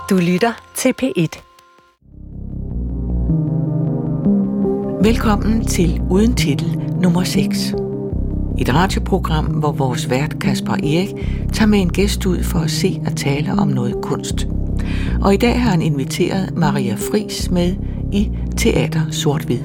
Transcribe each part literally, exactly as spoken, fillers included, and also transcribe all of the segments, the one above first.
Du lytter til P et. Velkommen til Uden Titel nummer seks. Et radioprogram, hvor vores vært Kasper Erik tager med en gæst ud for at se og tale om noget kunst. Og i dag har han inviteret Maria Friis med i Teater Sort-Hvid.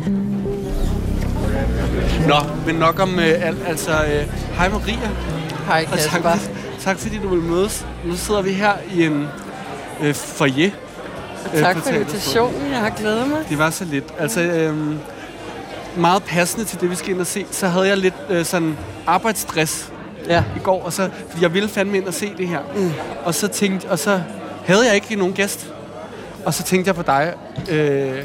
Nå, men nok om øh, alt. Altså, øh, hej Maria. Hej Kasper. Tak, tak fordi du vil mødes. Nu sidder vi her i en øh, foyer. Øh, tak for invitationen. Jeg har glædet mig. Det var så lidt. Altså, øh, meget passende til det, vi skal ind og se, så havde jeg lidt øh, sådan arbejdsstress ja. i går, og så, fordi jeg ville fandme ind og se det her. Mm. Og så tænkte, og så havde jeg ikke nogen gæst. Og så tænkte jeg på dig, øh,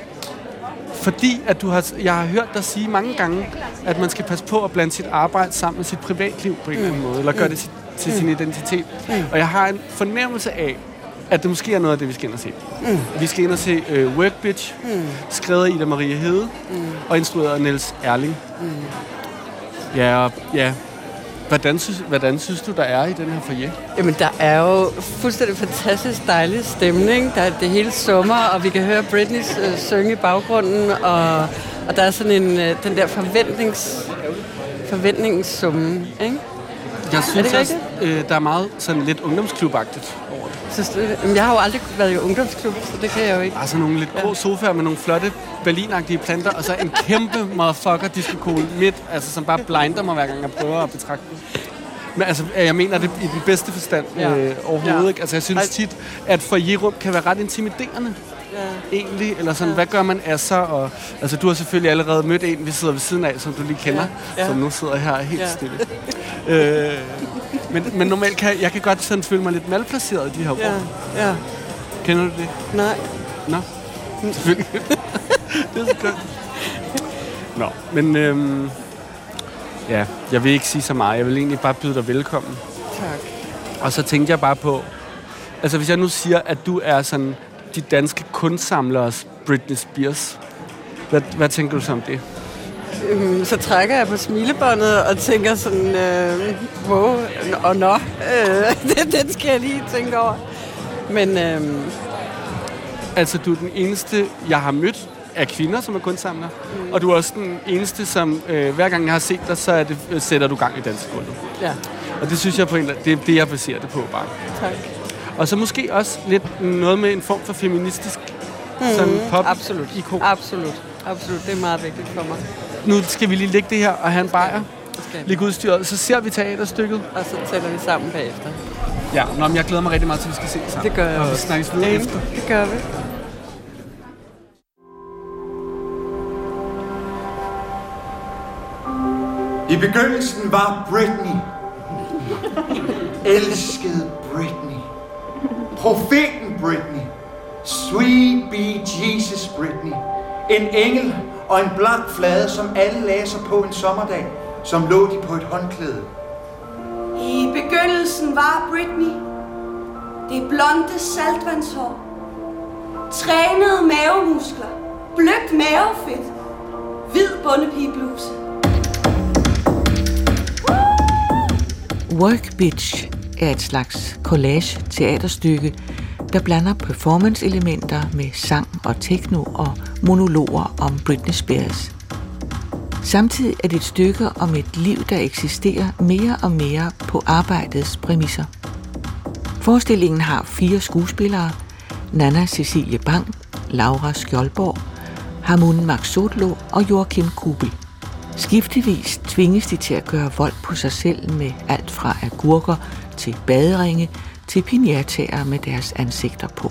fordi at du har, jeg har hørt dig sige mange gange, at man skal passe på at blande sit arbejde sammen med sit privatliv på en mm. eller anden måde, eller gøre det til, til mm. sin identitet. Mm. Og jeg har en fornemmelse af, at det måske er noget af det, vi skal ind og se. Mm. Vi skal ind og se uh, Work Bitch, mm. skrevet af Ida Marie Hede, mm. og instrueret af Niels Erling. Mm. Ja, og, ja. Hvordan synes, hvordan synes du, der er i den her foyer? Jamen, der er jo fuldstændig fantastisk dejlig stemning. Der er det hele summer, og vi kan høre Britney øh, synge i baggrunden, og, og der er sådan en, øh, den der forventnings, forventningssumme, ikke? Jeg synes også, øh, der er meget sådan lidt ungdomsklubagtigt over det. Synes du, jeg har jo aldrig været i ungdomsklub, så det kan jeg jo ikke. Altså nogle lidt grå ja. sofaer med nogle flotte berlinagtige planter, og så en kæmpe motherfucker disco midt, altså som bare blinder mig hver gang jeg prøver at betragte det. Men altså, jeg mener det i den bedste forstand ja. øh, overhovedet, ja. ikke? Altså jeg synes tit, at foyerrum kan være ret intimiderende. Ja. Egentlig, eller sådan, ja. hvad gør man af sig? Og, altså, du har selvfølgelig allerede mødt en, vi sidder ved siden af, som du lige kender, ja. Ja. som nu sidder her helt ja. stille. øh, men, men normalt kan jeg kan godt sådan føle mig lidt malplaceret i de her rum. Ja. Ja. Kender du det? Nej. Nå, selvfølgelig. Det er så godt. Nå, men øhm, ja, jeg vil ikke sige så meget. Jeg vil egentlig bare byde dig velkommen. Tak. Og så tænkte jeg bare på, altså hvis jeg nu siger, at du er sådan de danske kunstsamleres Britney Spears. Hvad, hvad tænker du så om det? Øhm, så trækker jeg på smilebåndet og tænker sådan, øh, wow, og nå, øh, den, den skal jeg lige tænke over. Men øh, altså, du er den eneste, jeg har mødt af kvinder, som er kunstsamlere. Mm. Og du er også den eneste, som øh, hver gang jeg har set dig, så er det, øh, sætter du gang i dansegulvet. Ja. Og det synes jeg på en det er det, jeg baserer det på bare. Tak. Og så måske også lidt noget med en form for feministisk mm, sådan pop absolut. ikon. Absolut. Absolut. Det er meget vigtigt for mig. Nu skal vi lige lægge det her og have en bajer. Lægge udstyret. Så ser vi teaterstykket. Og så tæller vi sammen bagefter. Ja, nå, men jeg glæder mig rigtig meget til, at vi skal se det sammen. Det gør jeg og også. vi snakkes videre efter. Det gør vi. I begyndelsen var Britney. Elskede Britney. Profeten Britney. Sweet be Jesus Britney. En engel og en blank flade, som alle lagde sig på en sommerdag, som lå de på et håndklæde. I begyndelsen var Britney. Det blonde saltvandshår. Trænede mavemuskler. Blødt mavefedt. Hvid bundepigebluse. Work Bitch er et slags collage-teaterstykke, der blander performance-elementer med sang og techno og monologer om Britney Spears. Samtidig er det et stykke om et liv, der eksisterer mere og mere på arbejdets præmisser. Forestillingen har fire skuespillere: Nanna Cecilie Bang, Laura Skjoldborg, Hamun Maksutlu og Joachim Kubel. Skiftevis tvinges de til at gøre vold på sig selv med alt fra agurker til baderinge til pinjataer med deres ansigter på.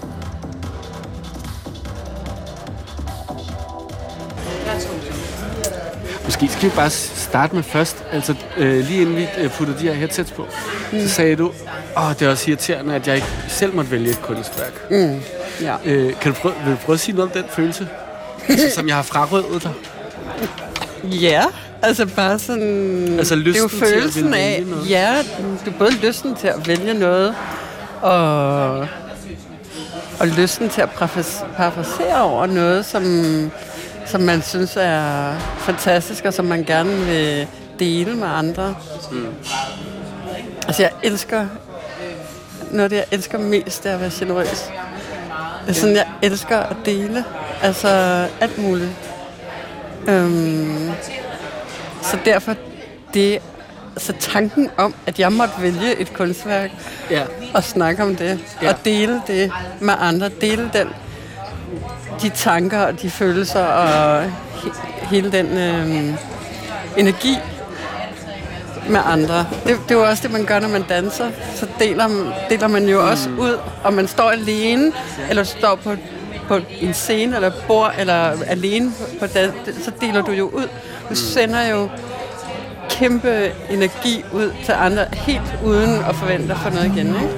Måske skal vi bare starte med først, altså øh, lige inden vi øh, puttede de her headsets på, mm. så sagde du, åh, det er også irriterende, at jeg ikke selv måtte vælge et kunstværk. Mm. Ja. Øh, kan du prøve, vil du prøve at sige noget om den følelse, altså, som jeg har frarøvet dig? Ja, altså bare sådan... Altså lysten det er jo følelsen til at af, noget. Ja, det er både lysten til at vælge noget, og, og lysten til at parafrasere over noget, som, som man synes er fantastisk, og som man gerne vil dele med andre. Mm. Altså jeg elsker noget af det, jeg elsker mest, det er at være generøs. Det er sådan, jeg elsker at dele. Altså alt muligt. Øhm, så derfor det, så tanken om, at jeg måtte vælge et kunstværk Ja. og snakke om det, Ja. og dele det med andre, dele den, de tanker og de følelser og he- hele den øhm, energi med andre. Det, det er jo også det, man gør, når man danser. Så deler, deler man jo også ud, og man står alene, eller står på, på en scene, eller bord, eller alene, på dans, så deler du jo ud. Du sender jo kæmpe energi ud til andre, helt uden at forvente at få noget igen, ikke?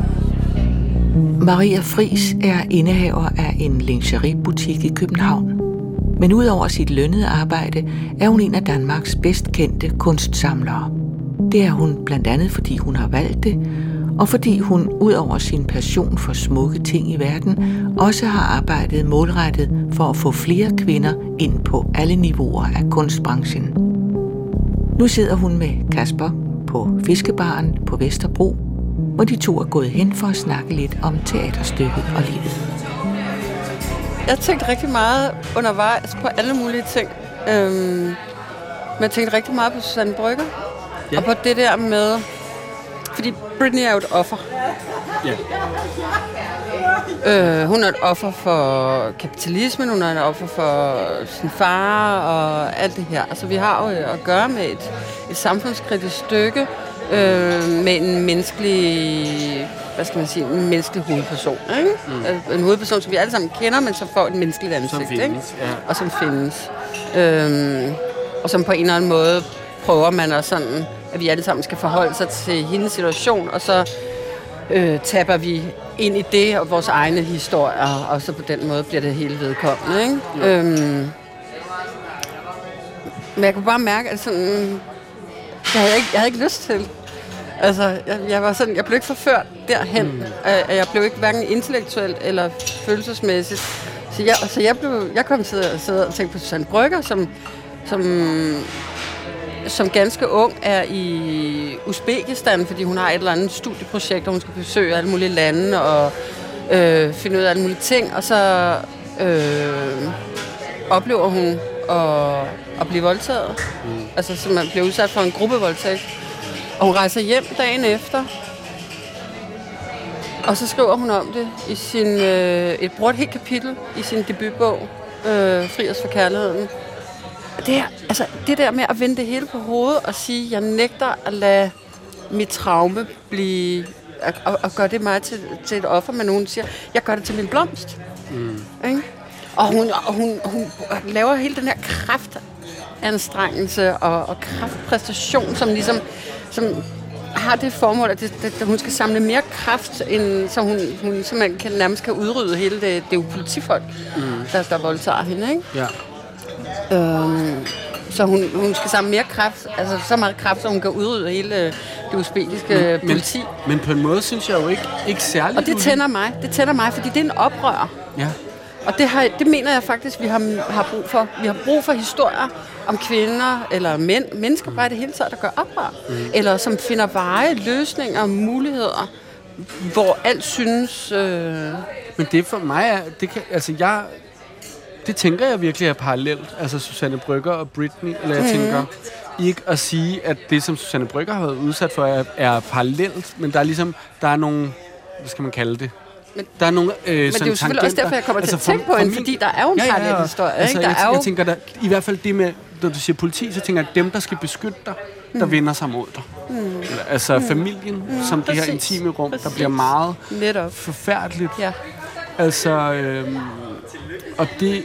Maria Friis er indehaver af en lingeriebutik i København. Men udover sit lønnede arbejde, er hun en af Danmarks bedst kendte kunstsamlere. Det er hun blandt andet, fordi hun har valgt det, og fordi hun udover sin passion for smukke ting i verden, også har arbejdet målrettet for at få flere kvinder ind på alle niveauer af kunstbranchen. Nu sidder hun med Kasper på Fiskebaren på Vesterbro, hvor de to er gået hen for at snakke lidt om teaterstykket og livet. Jeg tænkte rigtig meget undervejs på alle mulige ting. Øhm, men jeg tænkte rigtig meget på Susanne Brøgger. Ja. Og på det der med... Fordi Britney er jo et offer. Ja. Øh, hun er et offer for kapitalismen, hun er et offer for sin far og alt det her. Altså vi har jo at gøre med et, et samfundskritisk stykke øh, med en menneskelig... hvad skal man sige, en menneskelig hovedperson, ikke? Mm. En hovedperson, som vi alle sammen kender, men som får et menneskeligt ansigt, som findes, ikke? Ja. Og som findes. Øhm, og som på en eller anden måde prøver man at sådan, at vi alle sammen skal forholde sig til hendes situation, og så øh, tapper vi ind i det og vores egne historier, og så på den måde bliver det hele vedkommende, ikke? Ja. Øhm, men jeg kunne bare mærke, at sådan, jeg havde ikke, jeg havde ikke lyst til. Altså, jeg, jeg var sådan, jeg blev ikke forført derhen. Mm. Jeg, jeg blev ikke hverken intellektuelt eller følelsesmæssigt. Så jeg, så jeg blev, jeg kom til at sidde og tænke på Susanne Brøgger, som, som, som ganske ung er i Uzbekistan, fordi hun har et eller andet studieprojekt, og hun skal besøge alle mulige lande og øh, finde ud af alle mulige ting, og så øh, oplever hun at, at blive voldtaget. Mm. Altså, så man bliver udsat for en gruppevoldtægt. Og hun rejser hjem dagen efter, og så skriver hun om det i sin, øh, et brugt helt kapitel i sin debutbog, øh, Fri os for kærligheden. Det, er, altså, det der med at vende det hele på hovedet og sige, at jeg nægter at lade mit traume blive, og, og gøre det mig til, til et offer, men nogen siger, jeg gør det til min blomst. Mm. Ikke? Og hun, og hun, hun laver hele den her kraftanstrengelse og, og kraftpræstation, som ligesom som har det formål, at, det, at hun skal samle mere kraft, end, så hun, hun simpelthen kan, nærmest kan udrydde hele det. Det er jo politifolk, mm. der, der voldtager hende, ikke? Ja. Øhm, så hun, hun skal samle mere kraft, altså så meget kraft, så hun kan udrydde hele det uzbekiske men, politi. Men, men på en måde synes jeg jo ikke, ikke særligt. Og det tænder mig, det tænder mig, fordi det er en oprør. Ja. Og det, har, det mener jeg faktisk, vi har, har brug for. Vi har brug for historier om kvinder eller mænd, mennesker bare i det hele taget, der gør oprør. Mm. Eller som finder veje, løsninger og muligheder, hvor alt synes... Øh... Men det for mig er... Det kan, altså jeg... Det tænker jeg virkelig er parallelt. Altså Susanne Brøgger og Britney. Eller jeg mm. tænker ikke at sige, at det, som Susanne Brøgger har været udsat for, er, er parallelt. Men der er ligesom... Der er nogle... Hvad skal man kalde det? Men, der er nogle øh, men det er jo selvfølgelig også derfor, jeg kommer altså til at tænke på hende, fordi der er jo en ja, ja, parallel historie. Altså, ikke? Der jeg, er jo... jeg tænker, der, i hvert fald det med, når du siger politi, så tænker jeg, at dem, der skal beskytte dig, der mm. vender sig mod dig. Mm. Altså mm. familien, mm. som Præcis. Det her intime rum, Præcis. Der bliver meget Netop. Forfærdeligt. Ja. Altså, øhm, og det...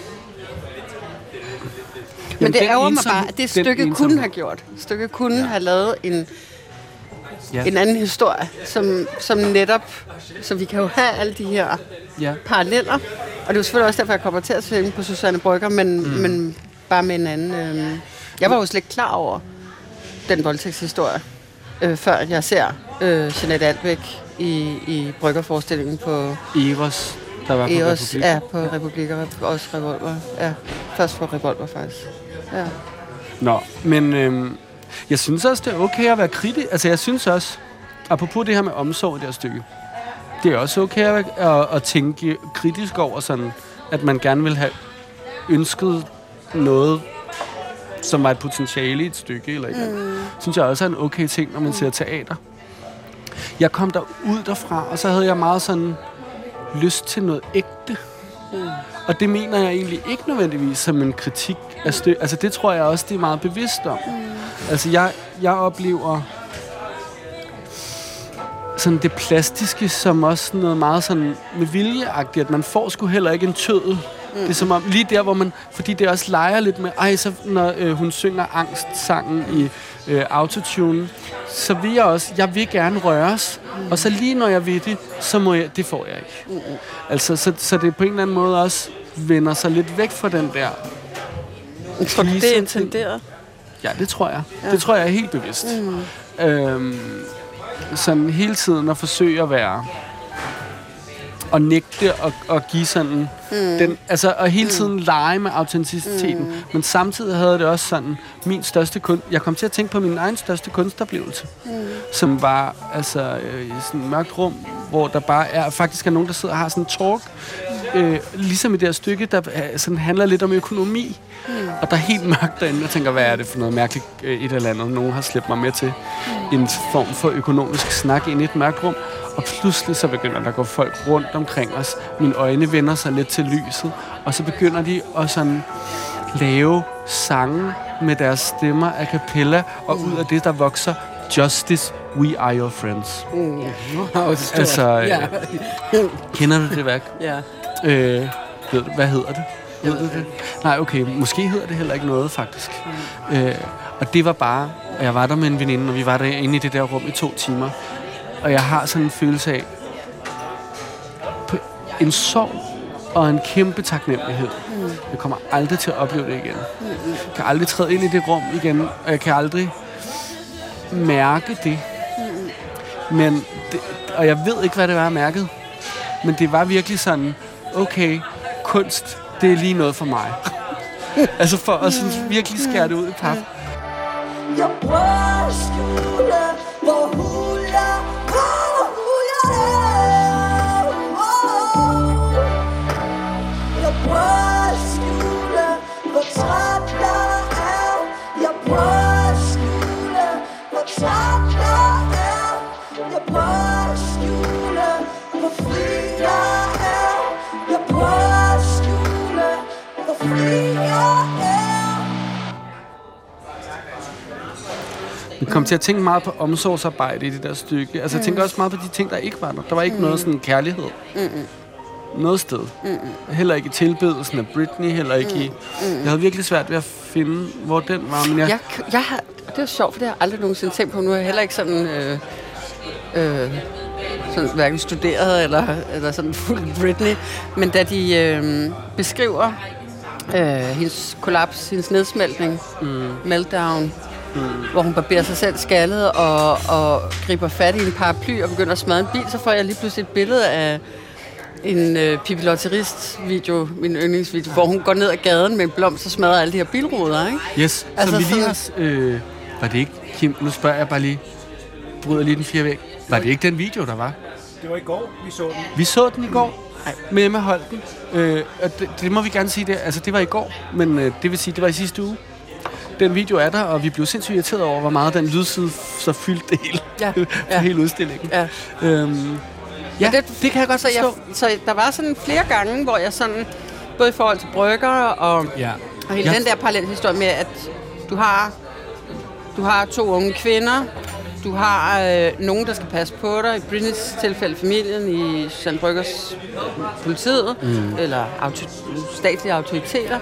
Men det ærger mig bare, at det stykke kunne have gjort. Stykket kunne ja. Have lavet en... Ja. En anden historie, som, som netop, så vi kan jo have alle de her ja. Paralleller, og det er jo selvfølgelig også derfor, jeg kommer til at tænke på Susanne Brøgger, men, mm. men bare med en anden. Øh. Jeg var jo slet ikke klar over den voldtægtshistorie, øh, før jeg ser øh, Jeanette Albæk i, i Brøgger-forestillingen på Eros, der var på Eros, Republik. Ja, på Republik, og også Revolver. Ja, først på Revolver faktisk. Ja. Nå, men... Øh... Jeg synes også, det er okay at være kritisk. Altså, jeg synes også, apropos det her med omsorg i det her stykke, det er også okay at, at, at tænke kritisk over sådan, at man gerne vil have ønsket noget, som var et potentiale i et stykke, eller ikke. Mm. Synes jeg også er en okay ting, når man ser teater. Jeg kom der ud derfra, og så havde jeg meget sådan lyst til noget ægte. Mm. Og det mener jeg egentlig ikke nødvendigvis som en kritik af stykke. Altså det tror jeg også, det er meget bevidst om. Mm. Altså jeg, jeg oplever sådan det plastiske som også noget meget sådan med viljeagtigt, at man får sgu heller ikke en tødel. Mm. Det er som om, lige der, hvor man, fordi det også leger lidt med, ej, så når øh, hun synger angstsangen i øh, autotune, så vil jeg også, jeg vil gerne røres, mm. og så lige når jeg vil det, så må jeg, det får jeg ikke. Mm. Altså, så, så det på en eller anden måde også vender sig lidt væk fra den der. Tror du, det er intenderet? Ja, det tror jeg. Ja. Det tror jeg er helt bevidst. Mm. Øhm, sådan hele tiden at forsøge at være og nægte og, og give sådan mm. den, altså og hele tiden mm. lege med autenticiteten, mm. men samtidig havde det også sådan min største kunst. Jeg kom til at tænke på min egen største kunstoplevelse, mm. som var altså øh, i sådan et mørkt rum, hvor der bare er faktisk er nogen der sidder og har sådan en talk, øh, ligesom i det her stykke, der øh, sådan handler lidt om økonomi, mm. og der er helt mørkt derinde. Jeg tænker, hvad er det for noget mærkeligt øh, et eller andet, nogen har slæbt mig med til mm. en form for økonomisk snak ind i et mørkt rum. Og pludselig så begynder der at gå folk rundt omkring os. Mine øjne vender sig lidt til lyset. Og så begynder de at sådan lave sange med deres stemmer a cappella. Og ud af det, der vokser Justice, We Are Your Friends. Mm. Wow, altså, øh, yeah. Kender du det værk? Ja. Yeah. Øh, ved du, hvad hedder det? Ved du det? Nej, okay. Måske hedder det heller ikke noget, faktisk. Mm. Øh, og det var bare... Og jeg var der med en veninde, og vi var der inde i det der rum i to timer. Og jeg har sådan en følelse af en sorg og en kæmpe taknemmelighed. Mm. Jeg kommer aldrig til at opleve det igen. Mm. Jeg kan aldrig træde ind i det rum igen, og jeg kan aldrig mærke det. Mm. Men det, og jeg ved ikke, hvad det var, jeg mærkede. Men det var virkelig sådan, okay, kunst, det er lige noget for mig. Altså for at sådan virkelig skære det ud i pap. Jeg prøver at skjule, hvor huler, hvor huler er. Jeg prøver at skjule, hvor træt jeg er. Jeg prøver at skjule, hvor træt jeg er. Jeg prøver at skjule, hvor fri jeg er. Jeg prøver at skjule, hvor fri jeg er. Jeg kom til at tænke meget på omsorgsarbejde i det der stykke. Altså, jeg tænker også meget på de ting, der ikke var der. Der var ikke mm. noget sådan kærlighed. Mm-mm. Noget sted. Mm-mm. Heller ikke i tilbedelsen af Britney, heller ikke mm. i... Jeg havde virkelig svært ved at finde, hvor den var, men jeg... Jeg, jeg har, det er sjovt, for det har jeg aldrig nogensinde tænkt på. Nu har jeg heller ikke sådan... Øh, øh, sådan hverken studeret eller, eller sådan fuld Britney. Men da de øh, beskriver øh, hendes kollaps, hendes nedsmeltning, mm. meltdown... Mm. hvor hun barberer sig selv skaldet og, og griber fat i en paraply og begynder at smadre en bil, så får jeg lige pludselig et billede af en øh, Pippi Lotterist-video, min yndlingsvideo, hvor hun går ned ad gaden med en blomst og smadrer alle de her bilruder, ikke? Yes, altså, som vi lige har... Øh, var det ikke, Kim, nu spørger jeg bare lige, bryder lige den fire væg. Var det ikke den video, der var? Det var i går, vi så den. Vi så den i går med Emma Holten. Øh, og det, det må vi gerne sige, det, altså det var i går, men øh, det vil sige, det var i sidste uge. Den video er der, og vi blev sindssygt irriteret over, hvor meget den lydside så fyldte det hele. Ja, ja. hele udstillingen. Ja. Øhm, ja, det, det kan jeg godt sige. Så der var sådan flere gange, hvor jeg sådan, både i forhold til brygger og, ja. og hele ja. den der parallelhistorie med, at du har, du har to unge kvinder, du har øh, nogen, der skal passe på dig, i Britneys tilfælde familien, i Jean Bryggers politiet, mm. eller auto, statslige autoriteter.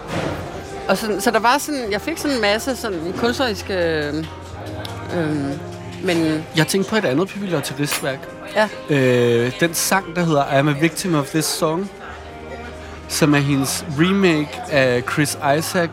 Og sådan, så der var sådan, jeg fik sådan en masse sådan kunstneriske, øh, øh, men... Jeg tænkte på et andet Pippi Lotterist-værk. Ja. Øh, den sang, der hedder I'm a Victim of This Song, som er hendes remake af Chris Isaac.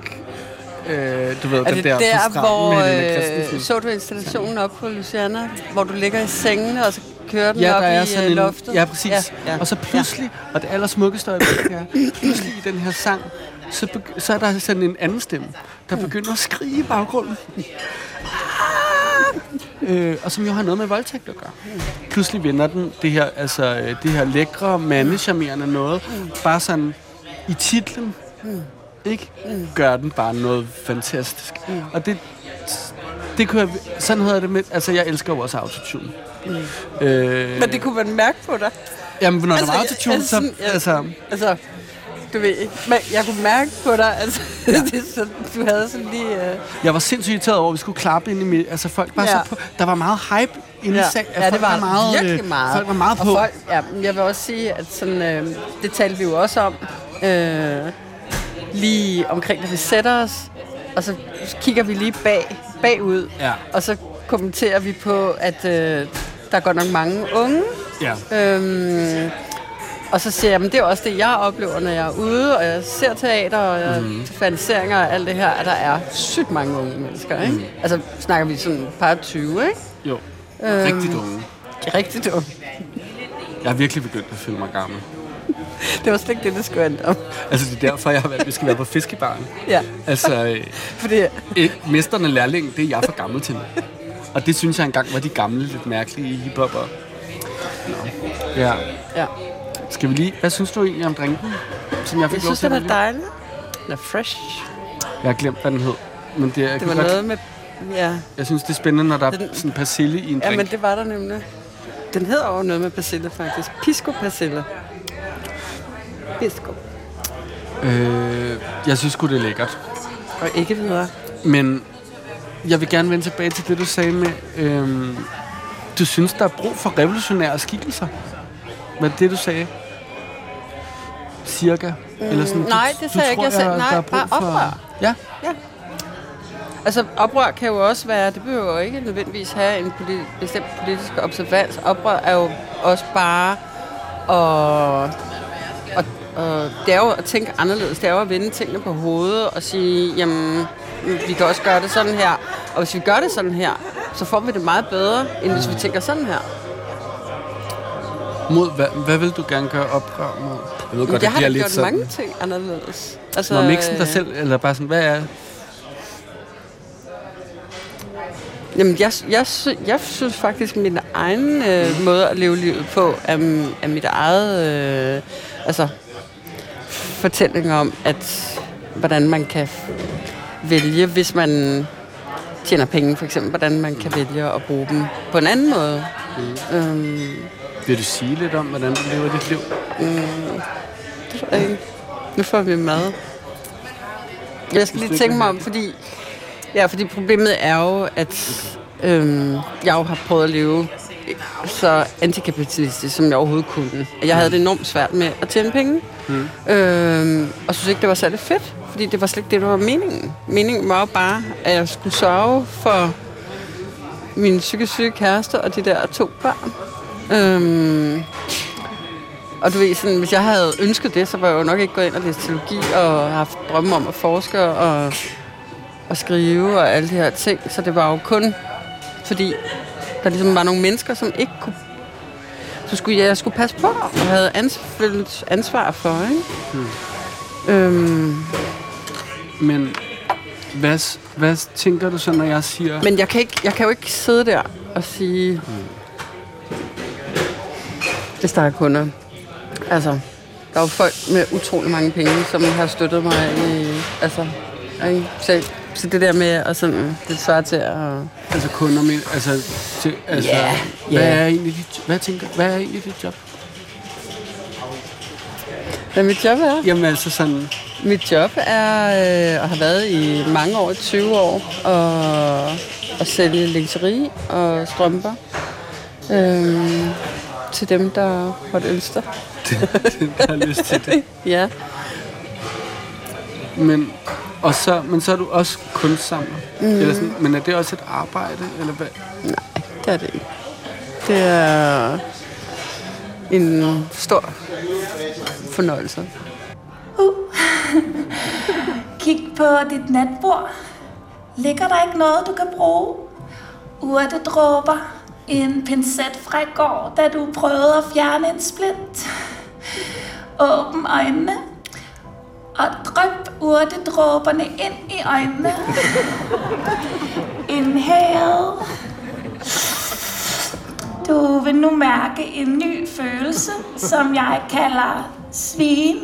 Øh, du ved, er den det der, der hvor øh, så du installationen op på Luciana, hvor du ligger i sengen, og så kører den ja, op er i sådan loftet? En, ja, præcis. Ja, ja. Og så pludselig, ja. og det allersmukkeste øjeblik er, pludselig i den her sang, så, begy- så er der sådan en anden stemme, der begynder at skrige i baggrunden. øh, og som jo har noget med voldtægt at gøre. Pludselig vender den det her, altså, det her lækre, mandecharmerende noget, bare sådan i titlen, ikke? Gør den bare noget fantastisk. Og det, det kunne jeg, sådan havde jeg det med, altså jeg elsker jo også autotune. Mm. Øh, Men det kunne man mærke på dig. Jamen, når altså, der var Altså, autotune, altså, så... sådan, ja, Altså, altså, du ved ikke, men jeg kunne mærke på dig, altså, ja. det er sådan, du havde sådan lige... Uh... Jeg var sindssygt irriteret over, at vi skulle klappe ind i midt. Altså, folk var Ja. så på... Der var meget hype inde Ja, i salen. ja, det var, var meget, virkelig øh, meget. Folk var meget på. Og folk, ja, jeg vil også sige, at sådan, øh, det talte vi jo også om, øh, lige omkring, da vi sætter os, og så kigger vi lige bag, bagud, Ja. og så kommenterer vi på, at øh, der er godt nok mange unge. Ja. Øhm, og så siger jeg, men det er også det, jeg oplever, når jeg er ude, og jeg ser teater, og jeg Mhm. faniseringer og alt det her, at der er sygt mange unge mennesker, ikke? Mhm. Altså, snakker vi sådan et par tyve, ikke? Jo. Øhm, Rigtig unge. Rigtig unge. Jeg har virkelig begyndt at føle mig gammel. Det var slet ikke det, det skulle handle om. Altså, det er derfor, jeg har valgt, at vi skal være på fiskebaren. Ja. Altså, øh, Fordi... øh, mesteren og lærlingen, det er jeg for gammel til. Og det synes jeg engang var de gamle, lidt mærkelige hiphopper. Nå. Ja. Ja. Skal vi lige... Hvad synes du egentlig om drinken? Som jeg fik Jeg lov synes, til den at er vælge? dejlig. Den er fresh. Jeg har glemt, hvad den hed. Men det, jeg, Det kan var godt, noget med... Ja. jeg synes, det er spændende, når der er Den- sådan persille i en ja, drink. men det var der nemlig. Den hedder jo noget med persille, faktisk. Pisco persille. Pisco. Øh, jeg synes sgu, det er lækkert. Og ikke videre. Men jeg vil gerne vende tilbage til det, du sagde med... Øhm, du synes, der er brug for revolutionære skikkelser? Hvad er det, du sagde? Cirka? Mm, Eller sådan, nej, du, det sagde jeg ikke. tror, Jeg sagde, der nej, er brug bare oprør. Ja? Ja. Altså, oprør kan jo også være, det behøver jo ikke nødvendigvis have en politi- bestemt politisk observans. Oprør er jo også bare at, at, at, det er jo at tænke anderledes. Det er jo at vende tingene på hovedet og sige, jamen, vi kan også gøre det sådan her. Og hvis vi gør det sådan her, så får vi det meget bedre, end hvis vi tænker sådan her. Mod, hvad, hvad vil du gerne gøre oprør mod? Jeg ved Men godt, jeg det har bliver da lidt gjort sådan... mange ting anderledes. Altså, Når mixen dig øh, selv, eller bare sådan, hvad er... Jamen, jeg, jeg, sy- jeg synes faktisk, at min egen øh, måde at leve livet på er, er mit eget øh, altså, fortælling om, at hvordan man kan vælge, hvis man tjener penge, for eksempel, hvordan man kan vælge at bruge dem på en anden måde. Mm. Øhm, Vil du sige lidt om, hvordan du lever dit liv? mm, det ved jeg ikke. Nu får vi mad. Jeg skal lige tænke mig om, fordi, ja, fordi problemet er jo, at øhm, jeg jo har prøvet at leve så antikapitalistisk, som jeg overhovedet kunne. Jeg havde det enormt svært med at tjene penge, mm. øhm, og synes ikke, det var særlig fedt, fordi det var slet ikke det, der var meningen. Meningen var jo bare, at jeg skulle sørge for min psykisk syge kæreste og de der to børn. Øhm, og du ved, sådan, hvis jeg havde ønsket det, så var jeg jo nok ikke gået ind og læst teologi og haft drømme om at forske og, og skrive og alle de her ting. Så det var jo kun fordi, der ligesom var nogle mennesker, som ikke kunne... Så skulle jeg, jeg skulle passe på og havde ans- ansvar for, ikke? Hmm. Øhm, Men hvad, hvad tænker du så, når jeg siger... men jeg kan, ikke, jeg kan jo ikke sidde der og sige... Hmm. Hvis der er kunder. Altså, der er jo folk med utrolig mange penge, som har støttet mig i... Altså, ikke? Så, så det der med at sådan... Det svarer til at... Altså kunder, men, altså, til, altså Ja, hvad ja. er egentlig dit, hvad tænker, hvad er egentlig dit job? Hvad mit job er? Jamen altså sådan, Mit job er øh, og har været i mange år, tyve år, og at sælge lingerie og strømper øh, til dem, der måtte ønske det. det, der har lyst til det. Ja. Men, og så, men så er du også kunstsamler. Mm. Eller sådan, men er det også et arbejde, eller hvad? Nej, det er det ikke. Det er en stor fornøjelse. Uh. Kig på dit natbord. Ligger der ikke noget, du kan bruge? Urtedråber. En pincet fra i går, da du prøvede at fjerne en splint. Åbn øjnene. Og dryp urtedråberne ind i øjnene. Inhale. Du vil nu mærke en ny følelse, som jeg kalder svin.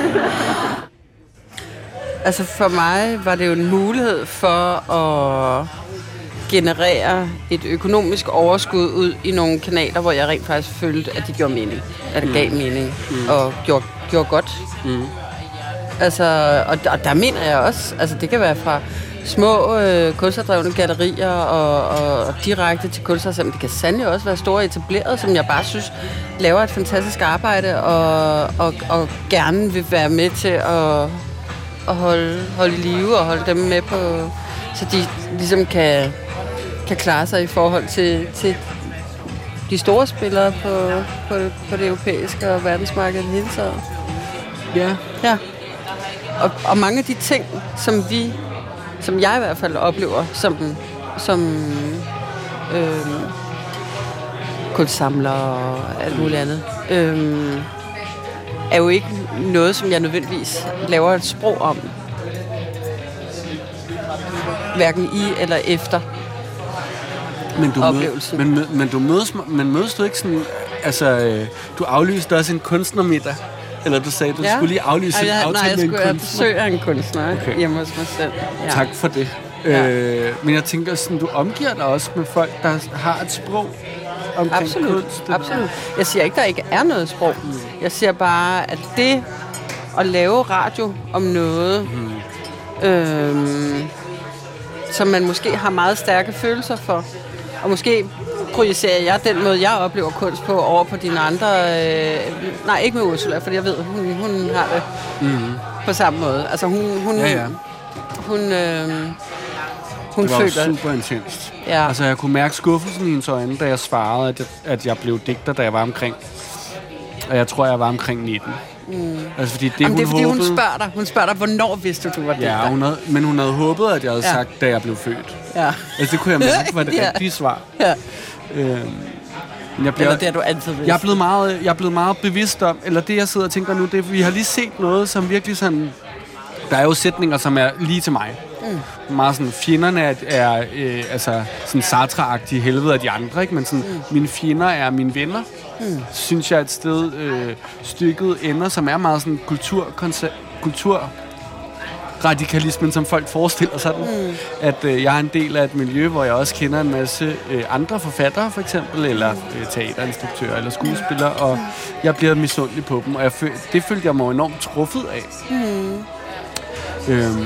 Altså for mig var det jo en mulighed for at generere et økonomisk overskud ud i nogle kanaler, hvor jeg rent faktisk følte, at de gjorde mening. At det gav mening mm. og gjorde, gjorde godt. Mm. Altså, og, og der mener jeg også, altså det kan være fra små øh, kunstnerdrevne gallerier og, og, og direkte til kunstnere. Det kan sandelig også være store etablerede, som jeg bare synes laver et fantastisk arbejde og, og, og gerne vil være med til at, at holde, holde i live og holde dem med på, så de ligesom kan, kan klare sig i forhold til, til de store spillere på, på, på det europæiske og verdensmarkedet hele taget. Ja. Ja. Og, og mange af de ting, som vi, som jeg i hvert fald oplever som, som øh, kunstsamler og alt muligt andet, øh, er jo ikke noget, som jeg nødvendigvis laver et sprog om. Hverken i eller efter men du oplevelsen. Mød, men, men, du mødes, men mødes du ikke sådan, altså, øh, du aflyste også en kunstnermiddag? Eller du sagde, du ja. skulle lige aflyse en aftale nej, med en kunstner? Nej, jeg skulle besøge en kunstner okay. hjemme hos mig selv. Ja. Tak for det. Ja. Øh, men jeg tænker sådan, du omgiver dig også med folk, der har et sprog omkring Absolut. kunst. Absolut. Jeg siger ikke, der ikke er noget sprog. Mm. Jeg siger bare, at det at lave radio om noget, mm. øhm, som man måske har meget stærke følelser for, og måske projicerer jeg den måde, jeg oplever kunst på, over på dine andre... Øh, nej, ikke med Ursula, for jeg ved, hun, hun har det mm-hmm. på samme måde. Altså, hun... hun, ja, ja. hun øh, hun det var føler... super intenst. Ja. Altså, jeg kunne mærke skuffelsen i hendes øjne, da jeg svarede, at jeg, at jeg blev digter, da jeg var omkring... Og jeg tror, jeg var omkring nitten. Mm. Altså, fordi det, Jamen, hun det er, fordi håbede... hun spørger dig. Hun spørger dig, hvornår vidste du, du var digter? Ja, hun havde, men hun havde håbet, at jeg havde ja. sagt, da jeg blev født. Ja. Altså, det kunne jeg mærke, var det ja. rigtige svar. Ja. Øhm, jeg bliver, eller det er du altid vidst. Jeg er, blevet meget, jeg er blevet meget bevidst om, eller det jeg sidder og tænker nu, det er, vi har lige set noget, som virkelig sådan, der er jo sætninger, som er lige til mig. Mm. Meget sådan, fjenderne er, er øh, altså sådan Sartre-agtige helvede af de andre, ikke? Men sådan, mm. mine fjender er mine venner. Mm. Synes jeg et sted øh, stykket ender, som er meget sådan kultur, kultur radikalismen, som folk forestiller sig den. Mm. At øh, jeg er en del af et miljø, hvor jeg også kender en masse øh, andre forfattere, for eksempel, eller øh, teaterinstruktører, eller skuespillere, og jeg bliver misundelig på dem, og jeg føl- det følte jeg mig enormt truffet af. Mm. Øhm,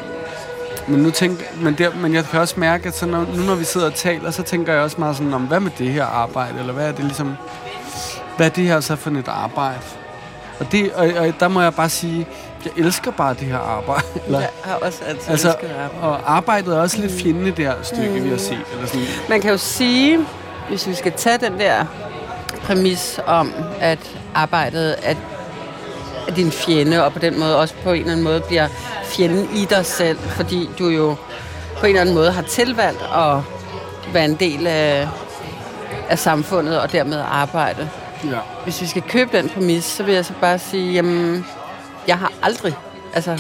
men, nu tænk, men, der, men jeg kan også mærke, at så når, nu når vi sidder og taler, så tænker jeg også meget sådan, om hvad med det her arbejde, eller hvad er det ligesom, hvad er det her så for et arbejde? Og, det, og, og der må jeg bare sige, jeg elsker bare det her arbejde. Eller, jeg har også altid altså, elsket arbejde. Og arbejdet er også lidt fjendende, det her stykke, mm. vi har set. Eller sådan. Man kan jo sige, hvis vi skal tage den der præmis om, at arbejdet er, er din fjende, og på den måde også på en eller anden måde bliver fjenden i dig selv, fordi du jo på en eller anden måde har tilvalgt at være en del af, af samfundet, og dermed arbejde. Ja. Hvis vi skal købe den præmis, så vil jeg så bare sige, jamen, jeg har aldrig, altså,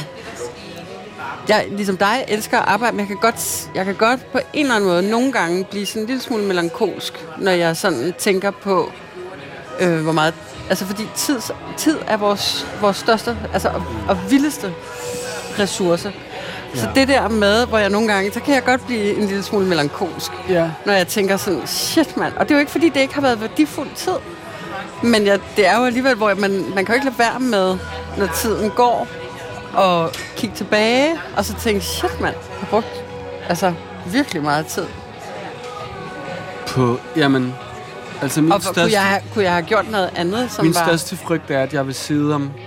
jeg, ligesom dig, elsker at arbejde, men jeg kan godt, jeg kan godt på en eller anden måde nogle gange blive sådan en lille smule melankolsk, når jeg sådan tænker på, øh, hvor meget, altså fordi tid, tid er vores, vores største, altså, og, og vildeste ressource. Ja. Så det der med, hvor jeg nogle gange, så kan jeg godt blive en lille smule melankolsk, ja. Når jeg tænker sådan, shit mand, og det er jo ikke fordi, det ikke har været værdifuld tid. Men ja, det er jo alligevel, hvor man, man kan jo ikke lade være med, når tiden går, og kigge tilbage, og så tænke, shit mand, jeg har brugt altså, virkelig meget tid. På, jamen, altså min og største... Kunne jeg, kunne jeg have gjort noget andet, som min var... Min største frygt er, at jeg vil sidde om...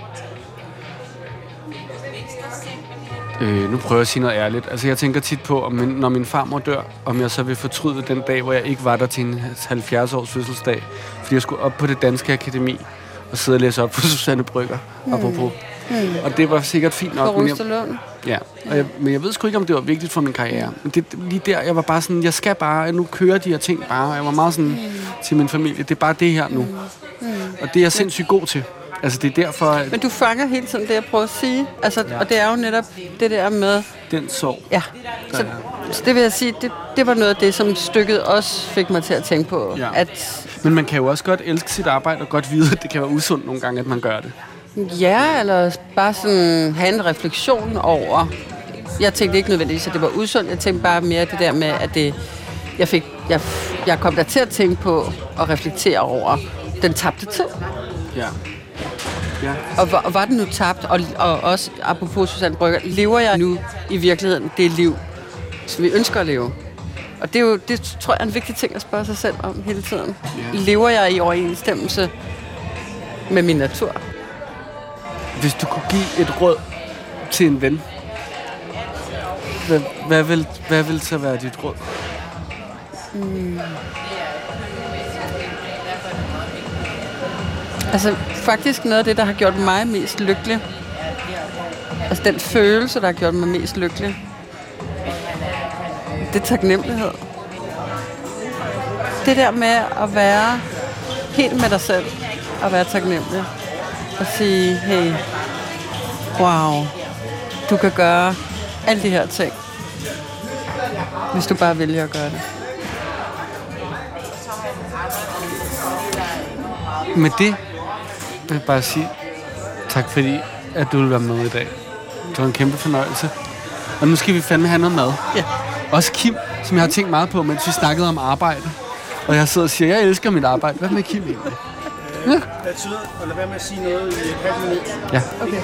Øh, nu prøver jeg at sige noget ærligt. Altså, jeg tænker tit på, om min, når min farmor dør, om jeg så vil fortryde den dag, hvor jeg ikke var der til en halvfjerds års fødselsdag. Fordi jeg skulle op på det Danske Akademi og sidde og læse op på Susanne Brøgger, mm. apropos. Mm. Og det var sikkert fint nok. Men jeg, ja, og jeg, men jeg ved sgu ikke, om det var vigtigt for min karriere. Men det, lige der, jeg var bare sådan, jeg skal bare, nu kører de her ting bare. Jeg var meget sådan mm. til min familie, det er bare det her nu. Mm. Mm. Og det er jeg sindssygt god til. Altså, det er derfor, at... Men du fanger hele tiden det, jeg prøver at sige. Altså, ja. Og det er jo netop det der med... Den sorg. Ja. Så, så det vil jeg sige, det, det var noget af det, som stykket også fik mig til at tænke på. Ja. At, Men man kan jo også godt elske sit arbejde og godt vide, at det kan være usundt nogle gange, at man gør det. Ja, eller bare sådan have en refleksion over... Jeg tænkte ikke nødvendigvis, at det var usundt. Jeg tænkte bare mere det der med, at det... Jeg, fik, jeg, jeg kom der til at tænke på og reflektere over den tabte tid. Ja. Ja. Og var, var den nu tabt? Og, og også, apropos Susanne Brøgger, lever jeg nu i virkeligheden det liv, som vi ønsker at leve? Og det er jo, det tror jeg er en vigtig ting at spørge sig selv om hele tiden. Ja. Lever jeg i overensstemmelse med min natur? Hvis du kunne give et råd til en ven, hvad, hvad, vil, hvad vil så være dit råd? Mm. Altså faktisk noget af det, der har gjort mig mest lykkelig. Altså den følelse, der har gjort mig mest lykkelig. Det er taknemmelighed. Det der med at være helt med dig selv og være taknemmelig. Og sige, hey, wow, du kan gøre alle de her ting, hvis du bare vælger at gøre det. Med det vil jeg bare sige tak, fordi at du vil være med i dag. Det var en kæmpe fornøjelse. Og nu skal vi fandme have noget mad. Ja. Også Kim, som jeg har tænkt meget på, mens vi snakkede om arbejde. Og jeg sidder og siger, jeg elsker mit arbejde. Hvad med Kim egentlig? Ja. Det betyder at lade være med at sige noget i et halvt minut. Ja. Okay.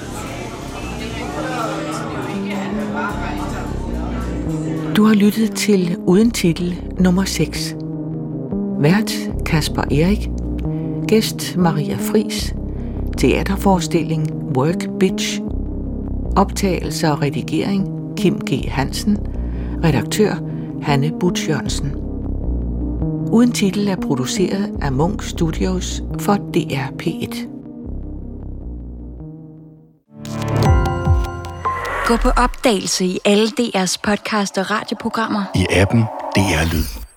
Du har lyttet til Uden Titel nummer seks. Vært Kasper Erik. Gæst Maria Friis. Teaterforestilling Work Bitch. Optagelse og redigering Kim G. Hansen. Redaktør Hanne Butch Jørgensen. Uden Titel er produceret af Munch Studios for D R P et. Gå på opdagelse i alle D R's podcast og radioprogrammer. I appen D R Lyd.